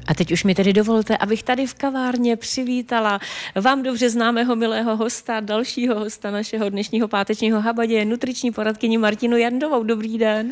A teď už mi tedy dovolte, abych tady v kavárně přivítala vám dobře známého milého hosta, dalšího hosta našeho dnešního pátečního habadě, nutriční poradkyni Martinu Jandovou. Dobrý den.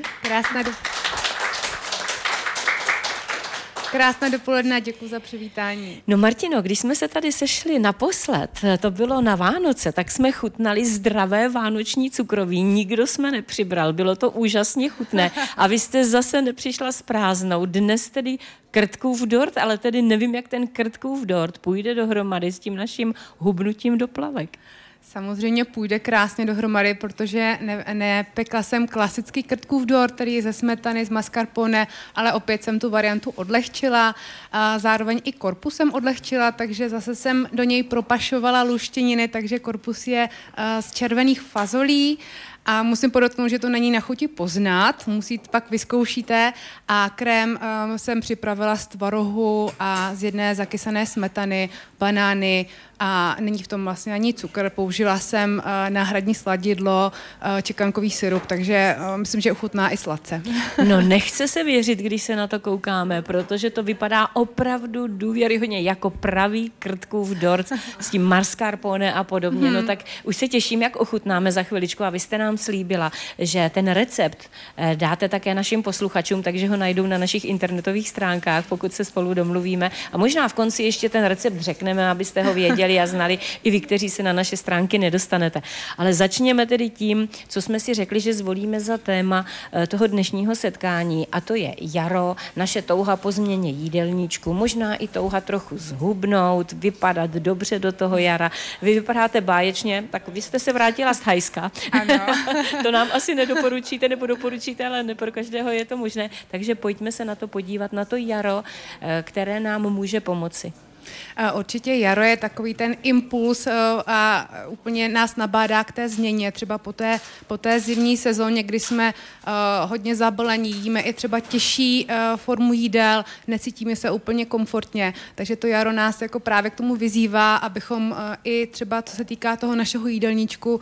Krásné dopoledne, děkuji za přivítání. No Martino, když jsme se tady sešli naposled, to bylo na Vánoce, tak jsme chutnali zdravé vánoční cukroví, nikdo jsme nepřibral, bylo to úžasně chutné a vy jste zase nepřišla s prázdnou, dnes tedy krtkův dort, ale tedy nevím, jak ten krtkův dort půjde dohromady s tím naším hubnutím do plavek. Samozřejmě půjde krásně dohromady, protože nepekla jsem klasický krtkův dort, který je ze smetany, z mascarpone, ale opět jsem tu variantu odlehčila. A zároveň i korpus jsem odlehčila, takže zase jsem do něj propašovala luštěniny, takže korpus je z červených fazolí. A musím podotknout, že to není na chuti poznat, pak vyzkoušíte. A krém jsem připravila z tvarohu a z jedné zakysané smetany, banány a není v tom vlastně ani cukr. Použila jsem náhradní sladidlo, čekankový syrup, takže myslím, že ochutná i sladce. No nechce se věřit, když se na to koukáme, protože to vypadá opravdu důvěryhodně jako pravý krtkův dort s tím mascarpone a podobně. No tak už se těším, jak ochutnáme za chviličku a vy jste nám slíbila, že ten recept dáte také našim posluchačům, takže ho najdou na našich internetových stránkách, pokud se spolu domluvíme. A možná v konci ještě ten recept řekneme, abyste ho věděli a znali i vy, kteří se na naše stránky nedostanete. Ale začněme tedy tím, co jsme si řekli, že zvolíme za téma toho dnešního setkání, a to je jaro, naše touha po změně jídelníčku, možná i touha trochu zhubnout, vypadat dobře do toho jara. Vy vypadáte báječně, tak vy jste se vrátila z Thajska. Ano. To nám asi nedoporučíte, nebo doporučíte, ale ne pro každého je to možné. Takže pojďme se na to podívat, na to jaro, které nám může pomoci. Určitě jaro je takový ten impuls a úplně nás nabádá k té změně. Třeba po té zimní sezóně, kdy jsme hodně zabalení, jíme i třeba těžší formu jídel, necítíme se úplně komfortně. Takže to jaro nás jako právě k tomu vyzývá, abychom i třeba, co se týká toho našeho jídelníčku,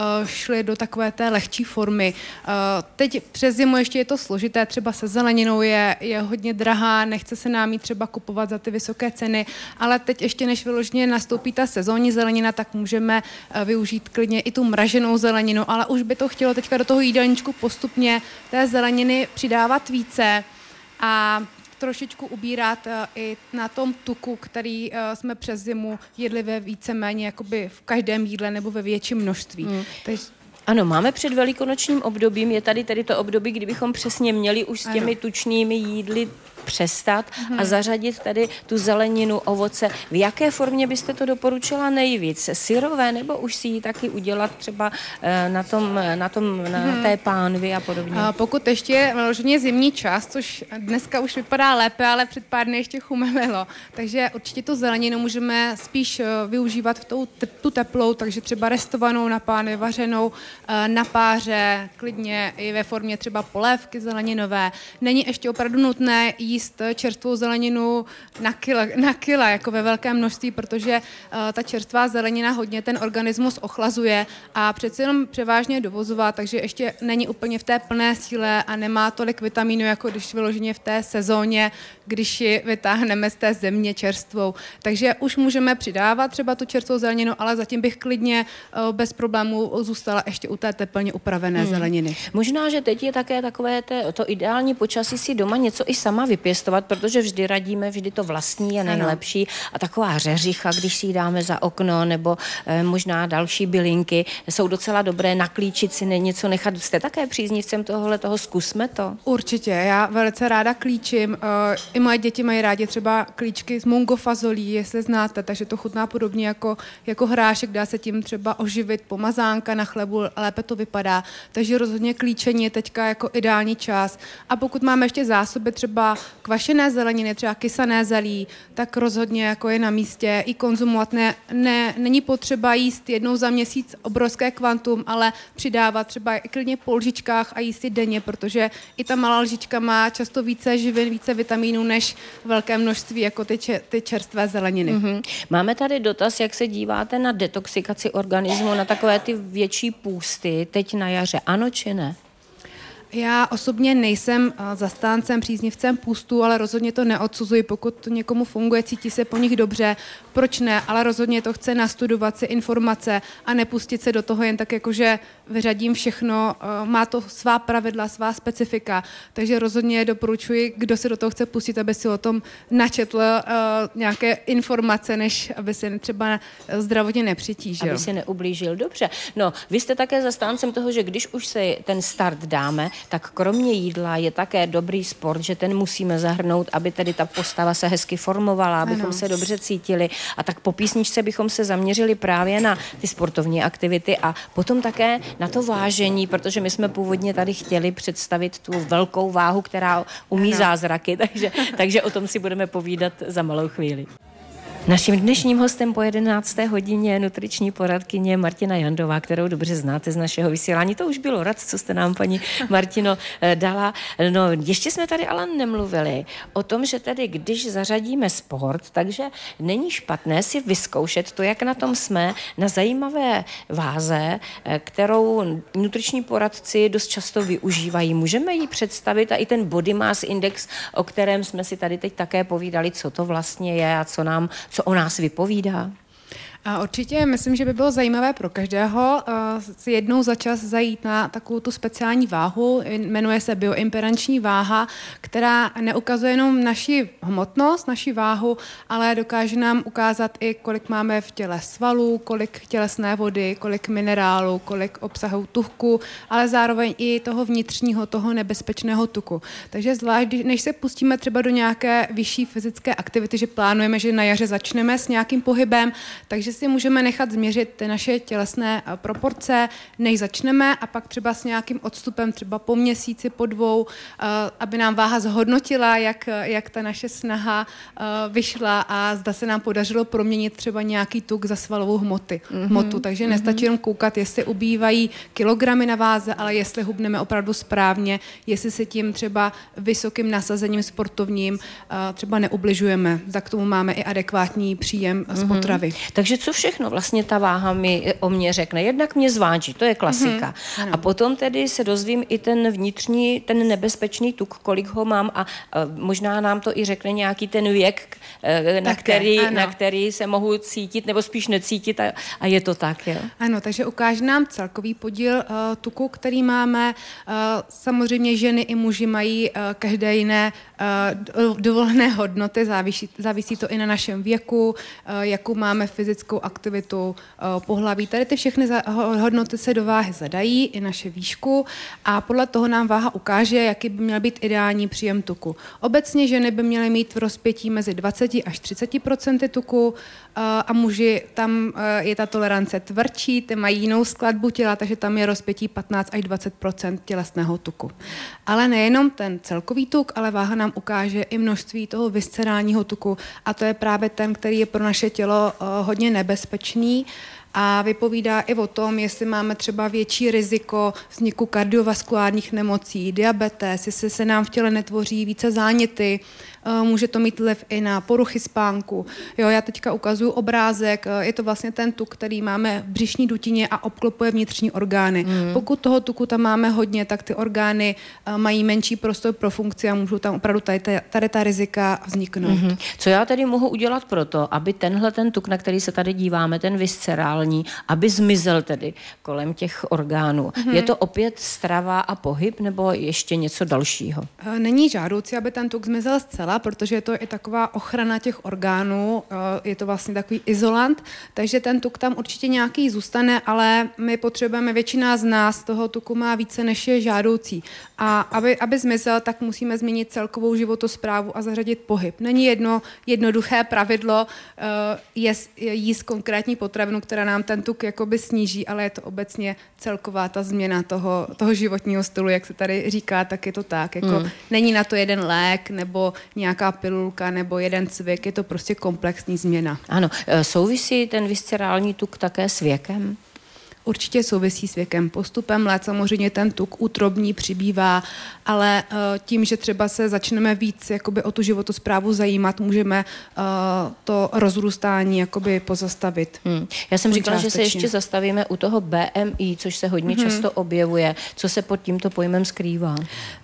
šli do takové té lehčí formy. Teď přes zimu ještě je to složité, třeba se zeleninou je hodně drahá, nechce se nám jí třeba kupovat za ty vysoké ceny, ale teď ještě než vyloženě nastoupí ta sezónní zelenina, tak můžeme využít klidně i tu mraženou zeleninu, ale už by to chtělo teďka do toho jídelníčku postupně té zeleniny přidávat více a trošičku ubírat i na tom tuku, který jsme přes zimu jedli ve víceméně jakoby v každém jídle nebo ve větším množství. Ano, máme před velikonočním obdobím, je tady tedy to období, kdybychom přesně měli už s těmi tučnými jídly přestat a zařadit tady tu zeleninu, ovoce. V jaké formě byste to doporučila nejvíc? Syrové, nebo už si ji taky udělat třeba na té pánvi a podobně? Pokud ještě je vyloženě zimní čas, což dneska už vypadá lépe, ale před pár dny ještě chumelilo. Takže určitě tu zeleninu můžeme spíš využívat tu teplou, takže třeba restovanou na pánvi, vařenou na páře, klidně i ve formě třeba polévky zeleninové. Není ještě opravdu nutné jíst čerstvou zeleninu na kila, jako ve velkém množství, protože ta čerstvá zelenina hodně ten organismus ochlazuje a přece jenom převážně dovozová, takže ještě není úplně v té plné síle a nemá tolik vitamínů, jako když vyloženě v té sezóně, když ji vytáhneme z té země čerstvou. Takže už můžeme přidávat třeba tu čerstvou zeleninu, ale zatím bych klidně bez problémů zůstala ještě u té teplně upravené zeleniny. Možná, že teď je také takové to ideální počasí si doma něco i sama vypěstovat, protože vždy radíme, vždy to vlastní je nejlepší. A taková řeřicha, když si ji dáme za okno, nebo možná další bylinky, jsou docela dobré, naklíčit si něco nechat. Jste také příznivcem toho, zkusme to? Určitě, já velice ráda klíčím. I moje děti mají rádi třeba klíčky z mungo fazolí, jestli znáte, takže to chutná podobně jako hrášek, dá se tím třeba oživit pomazánka na chlebu, lépe to vypadá. Takže rozhodně klíčení je teďka jako ideální čas. A pokud máme ještě zásoby třeba kvašené zeleniny, třeba kysané zelí, tak rozhodně jako je na místě i konzumovat. Není potřeba jíst jednou za měsíc obrovské kvantum, ale přidávat třeba i klidně po lžičkách a jíst denně, protože i ta malá lžička má často více živin, více vitamínů než velké množství jako ty čerstvé zeleniny. Máme tady dotaz, jak se díváte na detoxikaci organismu, na takové ty větší půsty teď na jaře, ano či ne? Já osobně nejsem zastáncem, příznivcem půstů, ale rozhodně to neodsuzuji, pokud to někomu funguje, cítí se po nich dobře, proč ne, ale rozhodně to chce nastudovat si informace a nepustit se do toho jen tak jakože vyřadím všechno, má to svá pravidla, svá specifika, takže rozhodně doporučuji, kdo se do toho chce pustit, aby si o tom načetl nějaké informace, než aby se třeba zdravotně nepřitížil. Aby si neublížil, dobře. No, vy jste také zastáncem toho, že když už se ten start dáme, tak kromě jídla je také dobrý sport, že ten musíme zahrnout, aby tedy ta postava se hezky formovala, abychom se dobře cítili. A tak po písničce bychom se zaměřili právě na ty sportovní aktivity a potom také na to vážení, protože my jsme původně tady chtěli představit tu velkou váhu, která umí zázraky, takže o tom si budeme povídat za malou chvíli. Naším dnešním hostem po 11. hodině je nutriční poradkyně Martina Jandová, kterou dobře znáte z našeho vysílání. To už bylo rad, co jste nám, paní Martino, dala. No, ještě jsme tady ale nemluvili o tom, že tedy, když zařadíme sport, takže není špatné si vyzkoušet to, jak na tom jsme, na zajímavé váze, kterou nutriční poradci dost často využívají. Můžeme ji představit a i ten body mass index, o kterém jsme si tady teď také povídali, co to vlastně je a co o nás vypovídá? A určitě myslím, že by bylo zajímavé pro každého si jednou za čas zajít na takovou tu speciální váhu, jmenuje se bioimpedanční váha, která neukazuje jenom naši hmotnost, naši váhu, ale dokáže nám ukázat i, kolik máme v těle svalů, kolik tělesné vody, kolik minerálu, kolik obsahu tuhku, ale zároveň i toho vnitřního, toho nebezpečného tuku. Takže zvlášť, než se pustíme třeba do nějaké vyšší fyzické aktivity, že plánujeme, že na jaře začneme s nějakým pohybem, takže si můžeme nechat změřit ty naše tělesné proporce, než začneme a pak třeba s nějakým odstupem, třeba po měsíci, po 2, aby nám váha zhodnotila, jak ta naše snaha vyšla a zda se nám podařilo proměnit třeba nějaký tuk za svalovou hmotu. Takže nestačí jenom koukat, jestli ubývají kilogramy na váze, ale jestli hubneme opravdu správně, jestli se tím třeba vysokým nasazením sportovním třeba neubližujeme. Tak k tomu máme i adekvátní příjem z potravy. Takže co všechno vlastně ta váha mi o mě řekne? Jednak mě zváží, to je klasika. A potom tedy se dozvím i ten vnitřní, ten nebezpečný tuk, kolik ho mám a možná nám to i řekne nějaký ten věk, na který se mohu cítit nebo spíš necítit a je to tak, jo? Ano, takže ukáže nám celkový podíl tuku, který máme. Samozřejmě ženy i muži mají každé jiné dovolené hodnoty, závisí to i na našem věku, jakou máme fyzickou aktivitu, pohlaví. Tady ty všechny hodnoty se do váhy zadají, i naše výšku a podle toho nám váha ukáže, jaký by měl být ideální příjem tuku. Obecně ženy by měly mít v rozpětí mezi 20 až 30% tuku a muži, tam je ta tolerance tvrdší, ty mají jinou skladbu těla, takže tam je rozpětí 15 až 20% tělesného tuku. Ale nejenom ten celkový tuk, ale váha nám ukáže i množství toho viscerálního tuku a to je právě ten, který je pro naše tělo hodně nebezpečný a vypovídá i o tom, jestli máme třeba větší riziko vzniku kardiovaskulárních nemocí, diabetes, jestli se nám v těle netvoří více záněty, může to mít vliv i na poruchy spánku. Jo, já teďka ukazuju obrázek, je to vlastně ten tuk, který máme v břišní dutině a obklopuje vnitřní orgány. Pokud toho tuku tam máme hodně, tak ty orgány mají menší prostor pro funkci a můžou tam opravdu tady ta rizika vzniknout. Co já tedy mohu udělat pro to, aby tenhle ten tuk, na který se tady díváme, ten viscerální, aby zmizel tedy kolem těch orgánů? Je to opět strava a pohyb nebo ještě něco dalšího? Není žádoucí, aby ten tuk zmizel zcela, protože je to i taková ochrana těch orgánů, je to vlastně takový izolant, takže ten tuk tam určitě nějaký zůstane, ale my potřebujeme, většina z nás toho tuku má více, než je žádoucí. A aby zmizel, tak musíme změnit celkovou životosprávu a zařadit pohyb. Není jednoduché pravidlo jíst konkrétní potravinu, která nám ten tuk jakoby sníží, ale je to obecně celková ta změna toho životního stylu, jak se tady říká, tak je to tak. Jako není na to jeden lék nebo nějaká pilulka nebo jeden cvik, je to prostě komplexní změna. Ano, souvisí ten viscerální tuk také s věkem? určitě souvisí s věkem. Postupem let samozřejmě ten tuk útrobní přibývá, ale tím, že třeba se začneme víc jakoby o tu životosprávu zajímat, můžeme to rozrůstání jakoby pozastavit. Já jsem říkala, že se ještě zastavíme u toho BMI, což se hodně často objevuje. Co se pod tímto pojmem skrývá?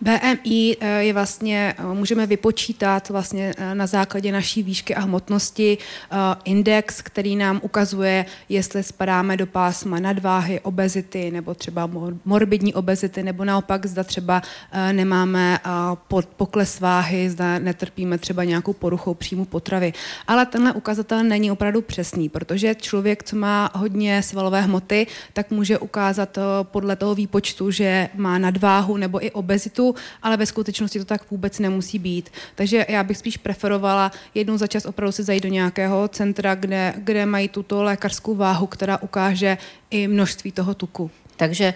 BMI je vlastně, můžeme vypočítat vlastně na základě naší výšky a hmotnosti index, který nám ukazuje, jestli spadáme do pásma nadváhy, obezity nebo třeba morbidní obezity, nebo naopak zda třeba nemáme pokles váhy, zda netrpíme třeba nějakou poruchou příjmu potravy. Ale tenhle ukazatel není opravdu přesný, protože člověk, co má hodně svalové hmoty, tak může ukázat podle toho výpočtu, že má nadváhu nebo i obezitu, ale ve skutečnosti to tak vůbec nemusí být. Takže já bych spíš preferovala jednou za čas opravdu si zajít do nějakého centra, kde mají tuto lékařskou váhu, která ukáže i množství toho tuku. Takže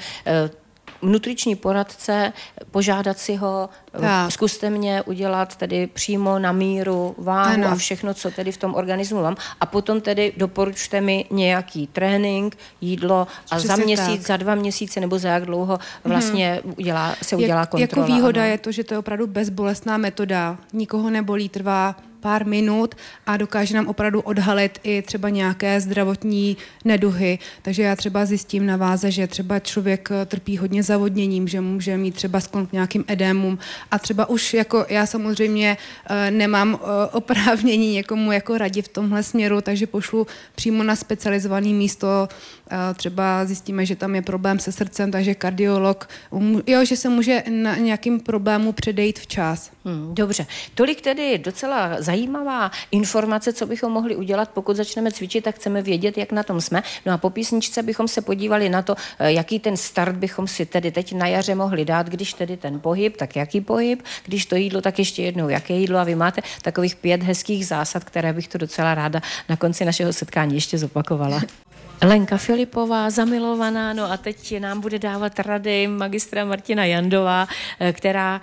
nutriční poradce, požádat si ho, zkuste mě udělat tedy přímo na míru váhu a všechno, co tedy v tom organismu mám. A potom tedy doporučte mi nějaký trénink, jídlo a za měsíc, za 2 měsíce nebo za jak dlouho vlastně udělá kontrola. Jako výhoda je to, že to je opravdu bezbolestná metoda. Nikoho nebolí, trvá pár minut a dokáže nám opravdu odhalit i třeba nějaké zdravotní neduhy. Takže já třeba zjistím na váze, že třeba člověk trpí hodně zavodněním, že může mít třeba sklon k nějakým edémům a třeba už jako já samozřejmě nemám oprávnění někomu jako radit v tomhle směru, takže pošlu přímo na specializované místo. Třeba zjistíme, že tam je problém se srdcem, takže kardiolog, že se může na nějakým problému předejít včas. Dobře. Tolik tedy docela zajímavá informace, co bychom mohli udělat, pokud začneme cvičit, tak chceme vědět, jak na tom jsme. No a po písničce bychom se podívali na to, jaký ten start bychom si tedy teď na jaře mohli dát, když tedy ten pohyb, tak jaký pohyb, když to jídlo, tak ještě jednou jaké jídlo a vy máte takových 5 hezkých zásad, které bych to docela ráda na konci našeho setkání ještě zopakovala. Lenka Filipová, zamilovaná, no a teď nám bude dávat rady magistra Martina Jandová, která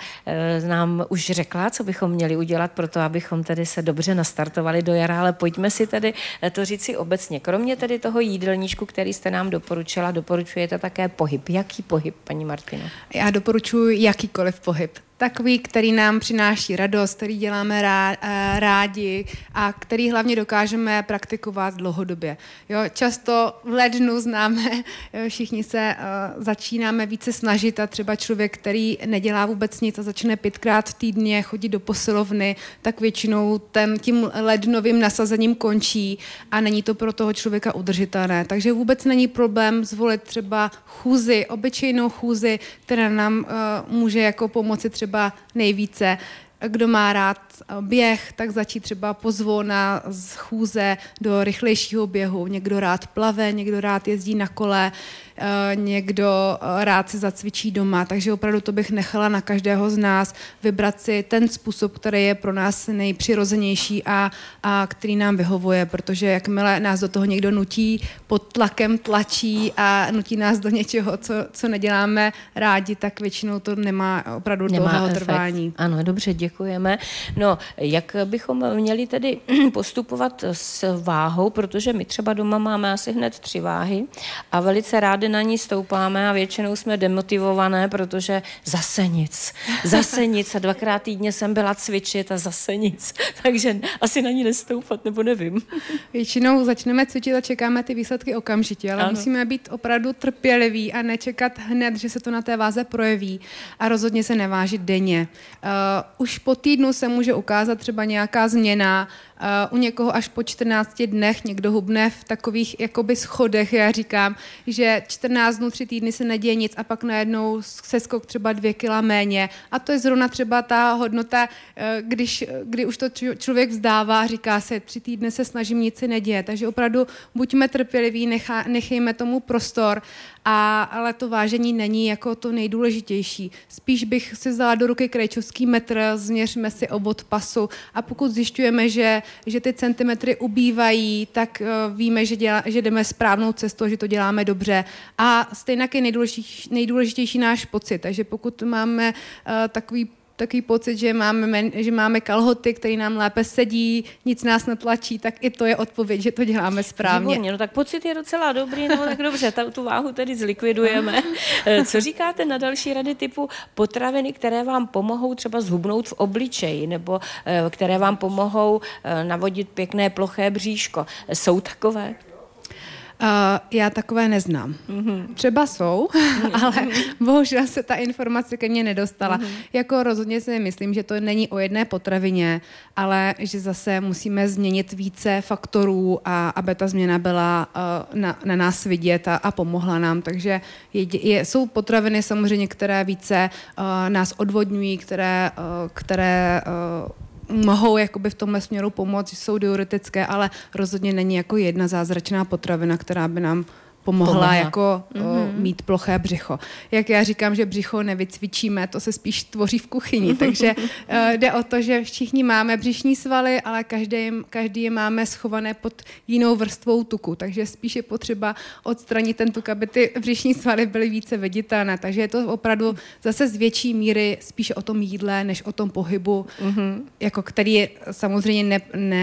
nám už řekla, co bychom měli udělat pro to, abychom tedy se dobře nastartovali do jara, ale pojďme si tedy to říci obecně. Kromě tedy toho jídelníčku, který jste nám doporučila, doporučujete také pohyb. Jaký pohyb, paní Martino? Já doporučuji jakýkoliv pohyb. Takový, který nám přináší radost, který děláme rádi a který hlavně dokážeme praktikovat dlouhodobě. Jo, často v lednu známe, všichni se začínáme více snažit a třeba člověk, který nedělá vůbec nic a začne 5krát v týdně chodit do posilovny, tak většinou tím lednovým nasazením končí a není to pro toho člověka udržitelné. Takže vůbec není problém zvolit třeba chůzi, obyčejnou chůzi, která nám může jako pomoci třeba nejvíce. Kdo má rád běh, tak začít třeba pozvolna z chůze do rychlejšího běhu. Někdo rád plave, někdo rád jezdí na kole, někdo rád se zacvičí doma. Takže opravdu to bych nechala na každého z nás vybrat si ten způsob, který je pro nás nejpřirozenější a který nám vyhovuje, protože jakmile nás do toho někdo nutí, pod tlakem tlačí a nutí nás do něčeho, co neděláme rádi, tak většinou to nemá opravdu dlouhého trvání. Ano, dobře, děkujeme. No, jak bychom měli tedy postupovat s váhou, protože my třeba doma máme asi hned 3 váhy a velice rádi na ní stoupáme a většinou jsme demotivované, protože zase nic a 2krát týdně jsem byla cvičit a zase nic, takže asi na ní nestoupat, nebo nevím. Většinou začneme cvičit a čekáme ty výsledky okamžitě, ale musíme být opravdu trpěliví a nečekat hned, že se to na té váze projeví a rozhodně se nevážit denně. Už po týdnu se může ukázat třeba nějaká změna, u někoho až po 14 dnech někdo hubne v takových jakoby schodech. Já říkám, že 14 dnů, 3 týdny se neděje nic a pak najednou seskok třeba 2 kila méně. A to je zrovna třeba ta hodnota, kdy už to člověk vzdává, říká se, 3 týdny se snažím, nic se neděje. Takže opravdu buďme trpěliví, nechejme tomu prostor, ale to vážení není jako to nejdůležitější. Spíš bych si vzala do ruky krejčovský metr, změřme si obvod pasu a pokud zjišťujeme, že ty centimetry ubývají, tak víme, že jdeme správnou cestou, že to děláme dobře. A stejně je nejdůležitější náš pocit. Takže pokud máme takový takový pocit, že máme kalhoty, které nám lépe sedí, nic nás netlačí, tak i to je odpověď, že to děláme správně. Výborně, no tak pocit je docela dobrý, no tak dobře, tu váhu tedy zlikvidujeme. Co říkáte na další rady typu potraviny, které vám pomohou třeba zhubnout v obličeji, nebo které vám pomohou navodit pěkné ploché bříško? Jsou takové? Já takové neznám. Třeba jsou, ale bohužel se ta informace ke mně nedostala. Jako rozhodně si myslím, že to není o jedné potravině, ale že zase musíme změnit více faktorů, a aby ta změna byla na nás vidět a pomohla nám. Takže jsou potraviny samozřejmě, které více nás odvodňují, které mohou jakoby v tomhle směru pomoct, jsou diuretické, ale rozhodně není jako jedna zázračná potravina, která by nám pomohla jako mít ploché břicho. Jak já říkám, že břicho nevycvičíme, to se spíš tvoří v kuchyni, takže jde o to, že všichni máme břišní svaly, ale každý je máme schované pod jinou vrstvou tuku, takže spíš je potřeba odstranit ten tuk, aby ty břišní svaly byly více viditelné, takže je to opravdu zase z větší míry spíš o tom jídle, než o tom pohybu, jako který je samozřejmě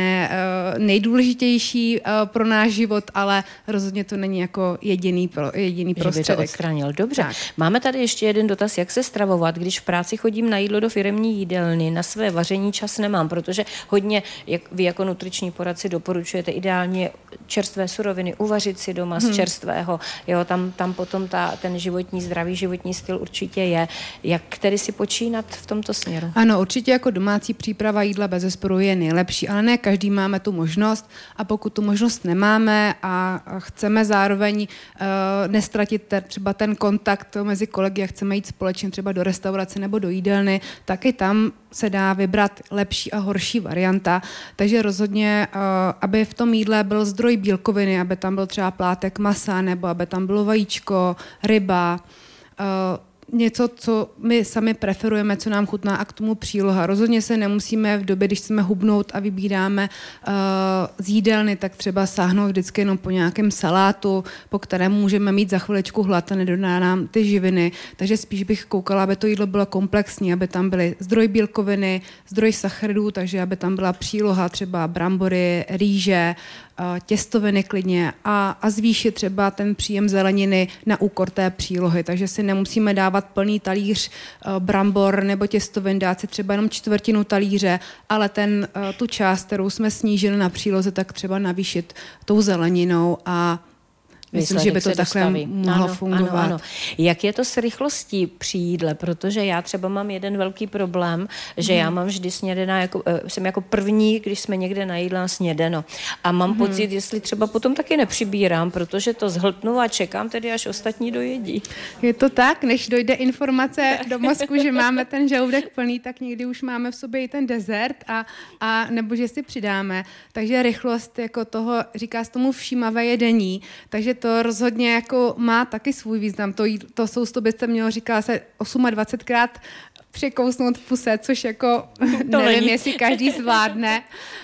nejdůležitější pro náš život, ale rozhodně to není jako jediný prostředek. Že by to odstranil. Dobře. Tak. Máme tady ještě jeden dotaz, jak se stravovat, když v práci chodím na jídlo do firemní jídelny, na své vaření čas nemám, protože hodně, vy jako nutriční poradci doporučujete ideálně čerstvé suroviny, uvařit si doma z čerstvého, jo, tam potom ten zdravý životní styl určitě je. Jak tedy si počínat v tomto směru? Ano, určitě jako domácí příprava jídla bezesporu je nejlepší, ale ne každý máme tu možnost, a pokud tu možnost nemáme a chceme zároveň nestratit třeba ten kontakt mezi kolegy a chceme jít společně třeba do restaurace nebo do jídelny, tak i tam se dá vybrat lepší a horší varianta. Takže rozhodně, aby v tom jídle byl zdroj bílkoviny, aby tam byl třeba plátek masa, nebo aby tam bylo vajíčko, ryba, něco, co my sami preferujeme, co nám chutná, a k tomu příloha. Rozhodně se nemusíme v době, když chceme hubnout a vybíráme z jídelny, tak třeba sáhnout vždycky jenom po nějakém salátu, po kterém můžeme mít za chviličku hlad a nedodá nám ty živiny. Takže spíš bych koukala, aby to jídlo bylo komplexní, aby tam byly zdroj bílkoviny, zdroj sacharidů, takže aby tam byla příloha, třeba brambory, rýže, těstoviny klidně, a zvýšit třeba ten příjem zeleniny na úkor té přílohy. Takže si nemusíme dávat plný talíř brambor nebo těstovin, dát si třeba jenom čtvrtinu talíře, ale tu část, kterou jsme snížili na příloze, tak třeba navýšit tou zeleninou, a myslím, že by to takhle mohlo fungovat. Ano. Jak je to s rychlostí při jídle? Protože já třeba mám jeden velký problém, že já mám vždy snědena, jsem jako první, když jsme někde na jídle, snědeno. A mám pocit, jestli třeba potom taky nepřibírám, protože to zhltnu a čekám tedy, až ostatní dojedí. Je to tak, než dojde informace do mozku, že máme ten žaludek plný, tak někdy už máme v sobě i ten dezert a nebo že si přidáme. Takže rychlost jako toho, říká se tomu všímavé jedení, takže to rozhodně jako má taky svůj význam. To sousto byste mělo, říká se 28krát překousnout v puse, což jako nevím, jestli každý zvládne,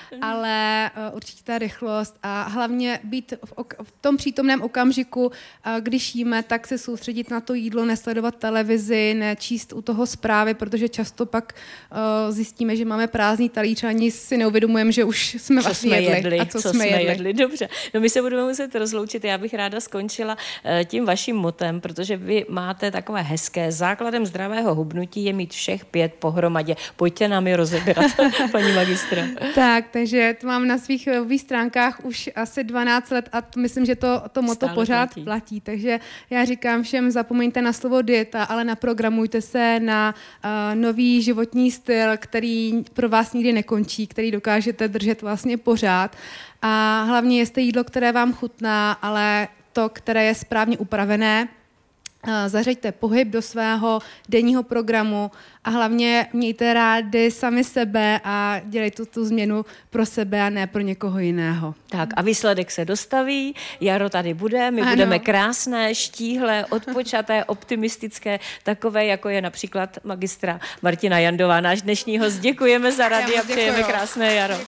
ale určitě ta rychlost a hlavně být v tom přítomném okamžiku, když jíme, tak se soustředit na to jídlo, nesledovat televizi, nečíst u toho zprávy, protože často pak zjistíme, že máme prázdný talíř a ani si neuvědomujeme, že už jsme vlastně jedli. A co jsme jedli. Dobře, no my se budeme muset rozloučit. Já bych ráda skončila tím vaším motem, protože vy máte takové hezké. Základem zdravého hubnutí je mít všech 5 pohromadě. Pojďte nám je rozebrat, paní magistra. Takže to mám na svých webových stránkách už asi 12 let a myslím, že to motto pořád platí. Takže já říkám všem, zapomeňte na slovo dieta, ale naprogramujte se na nový životní styl, který pro vás nikdy nekončí, který dokážete držet vlastně pořád. A hlavně jeste jídlo, které vám chutná, ale to, které je správně upravené. Zařaďte pohyb do svého denního programu a hlavně mějte rádi sami sebe a dělejte tu změnu pro sebe a ne pro někoho jiného. Tak a výsledek se dostaví, jaro tady bude, my budeme krásné, štíhlé, odpočaté, optimistické, takové, jako je například magistra Martina Jandová, náš dnešní host. Děkujeme za rady a přejeme krásné jaro.